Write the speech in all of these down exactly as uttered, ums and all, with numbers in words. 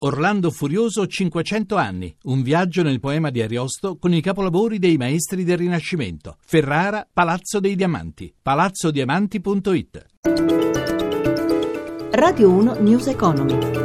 Orlando Furioso cinquecento anni, un viaggio nel poema di Ariosto con i capolavori dei maestri del Rinascimento. Ferrara, Palazzo dei Diamanti, palazzo diamanti punto it. Radio uno News Economy.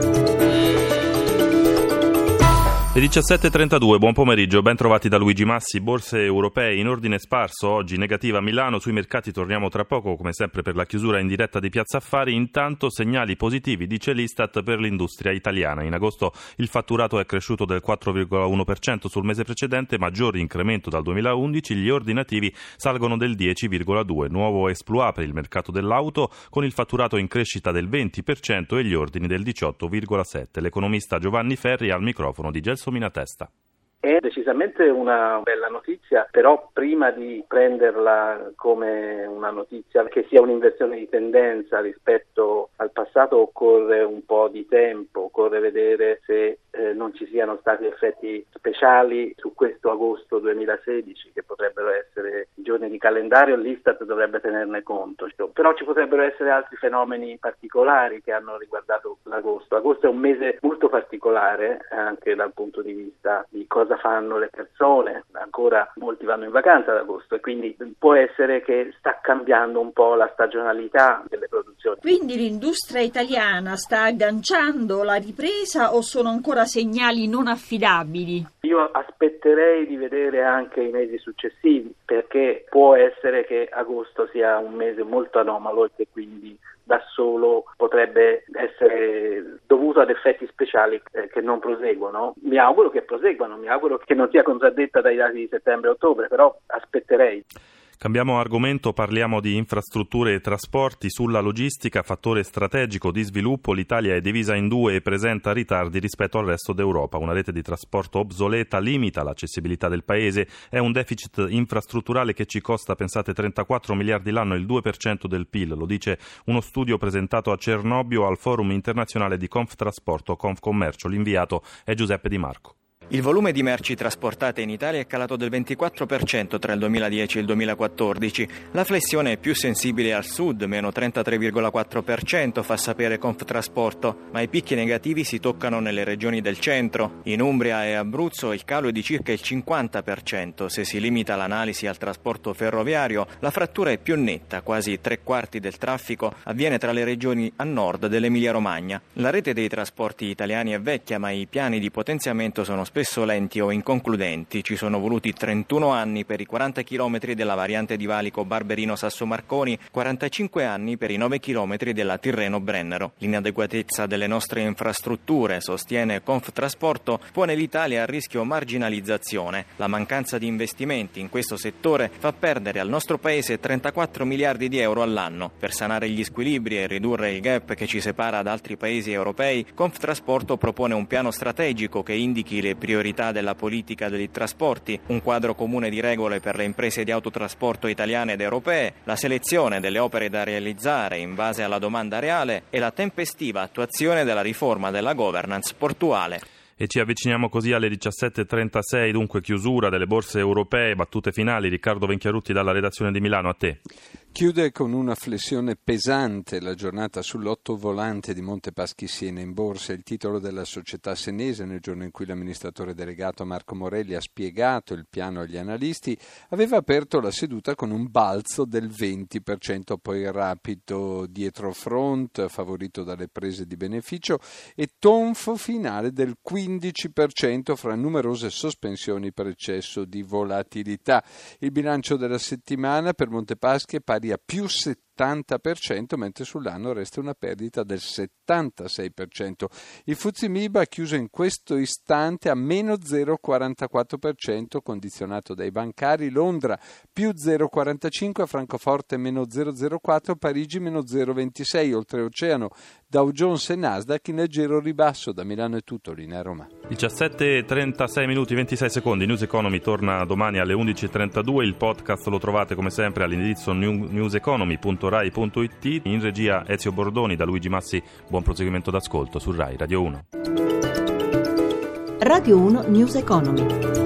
Le diciassette e trentadue, buon pomeriggio, ben trovati da Luigi Massi. Borse europee in ordine sparso, oggi negativa a Milano, sui mercati torniamo tra poco come sempre per la chiusura in diretta di Piazza Affari. Intanto segnali positivi, dice l'Istat, per l'industria italiana. In agosto il fatturato è cresciuto del quattro virgola uno per cento sul mese precedente, maggior incremento dal duemilaundici, gli ordinativi salgono del dieci virgola due per cento, nuovo exploit per il mercato dell'auto con il fatturato in crescita del venti per cento e gli ordini del diciotto virgola sette per cento. L'economista Giovanni Ferri al microfono di Gelso Minatesta. È decisamente una bella notizia, però prima di prenderla come una notizia che sia un'inversione di tendenza rispetto al passato occorre un po' di tempo, occorre vedere se eh, non ci siano stati effetti speciali su questo agosto duemilasedici che potrebbero essere i giorni di calendario, l'Istat dovrebbe tenerne conto, però ci potrebbero essere altri fenomeni particolari che hanno riguardato l'agosto. Agosto è un mese molto particolare anche dal punto di vista di cosa fanno le persone, ancora molti vanno in vacanza ad agosto e quindi può essere che sta cambiando un po' la stagionalità delle produzioni. Quindi l'industria italiana sta agganciando la ripresa o sono ancora segnali non affidabili? Io aspetterei di vedere anche i mesi successivi, perché può essere che agosto sia un mese molto anomalo e che quindi da solo potrebbe essere dovuto ad effetti speciali eh, che non proseguono. Mi auguro che proseguano, mi auguro che non sia contraddetta dai dati di settembre e ottobre, però aspetterei. Cambiamo argomento, parliamo di infrastrutture e trasporti. Sulla logistica, fattore strategico di sviluppo, l'Italia è divisa in due e presenta ritardi rispetto al resto d'Europa. Una rete di trasporto obsoleta limita l'accessibilità del paese, è un deficit infrastrutturale che ci costa, pensate, trentaquattro miliardi l'anno, il due per cento del P I L, lo dice uno studio presentato a Cernobbio al Forum internazionale di Conftrasporto Confcommercio. L'inviato è Giuseppe Di Marco. Il volume di merci trasportate in Italia è calato del ventiquattro per cento tra il duemiladieci e il duemilaquattordici. La flessione è più sensibile al sud, meno trentatré virgola quattro per cento, fa sapere Conftrasporto, ma i picchi negativi si toccano nelle regioni del centro. In Umbria e Abruzzo il calo è di circa il cinquanta per cento. Se si limita l'analisi al trasporto ferroviario, la frattura è più netta, quasi tre quarti del traffico avviene tra le regioni a nord dell'Emilia-Romagna. La rete dei trasporti italiani è vecchia, ma i piani di potenziamento sono spesso lenti o inconcludenti. Ci sono voluti trentuno anni per i quaranta chilometri della variante di valico Barberino-Sasso-Marconi, quarantacinque anni per i nove chilometri della Tirreno-Brennero. L'inadeguatezza delle nostre infrastrutture, sostiene Conftrasporto, pone l'Italia a rischio marginalizzazione. La mancanza di investimenti in questo settore fa perdere al nostro paese trentaquattro miliardi di euro all'anno. Per sanare gli squilibri e ridurre il gap che ci separa da altri paesi europei, Conftrasporto propone un piano strategico che indichi le priorità della politica dei trasporti, un quadro comune di regole per le imprese di autotrasporto italiane ed europee, la selezione delle opere da realizzare in base alla domanda reale e la tempestiva attuazione della riforma della governance portuale. E ci avviciniamo così alle diciassette e trentasei, dunque chiusura delle borse europee, battute finali. Riccardo Venchiarutti dalla redazione di Milano, a te. Chiude con una flessione pesante la giornata sull'ottovolante di Monte Paschi Siena in borsa. Il titolo della società senese, nel giorno in cui l'amministratore delegato Marco Morelli ha spiegato il piano agli analisti, aveva aperto la seduta con un balzo del venti per cento, poi rapido dietro front, favorito dalle prese di beneficio, e tonfo finale del quindici per cento fra numerose sospensioni per eccesso di volatilità. Il bilancio della settimana per Monte Paschi è pari a più settanta per cento, mentre sull'anno resta una perdita del settantasei per cento. Il F T S E M I B ha chiuso in questo istante a meno zero virgola quarantaquattro per cento, condizionato dai bancari. Londra più zero virgola quarantacinque, Francoforte meno zero virgola zero quattro, Parigi meno zero virgola ventisei. Oltreoceano Dow Jones e Nasdaq in leggero ribasso. Da Milano è tutto, linea Roma. diciassette e trentasei minuti ventisei secondi. News Economy torna domani alle undici e trentadue. Il podcast lo trovate come sempre all'indirizzo newseconomy punto rai punto it. In regia Ezio Bordoni, da Luigi Massi. Buon proseguimento d'ascolto su Rai Radio uno. Radio uno News Economy.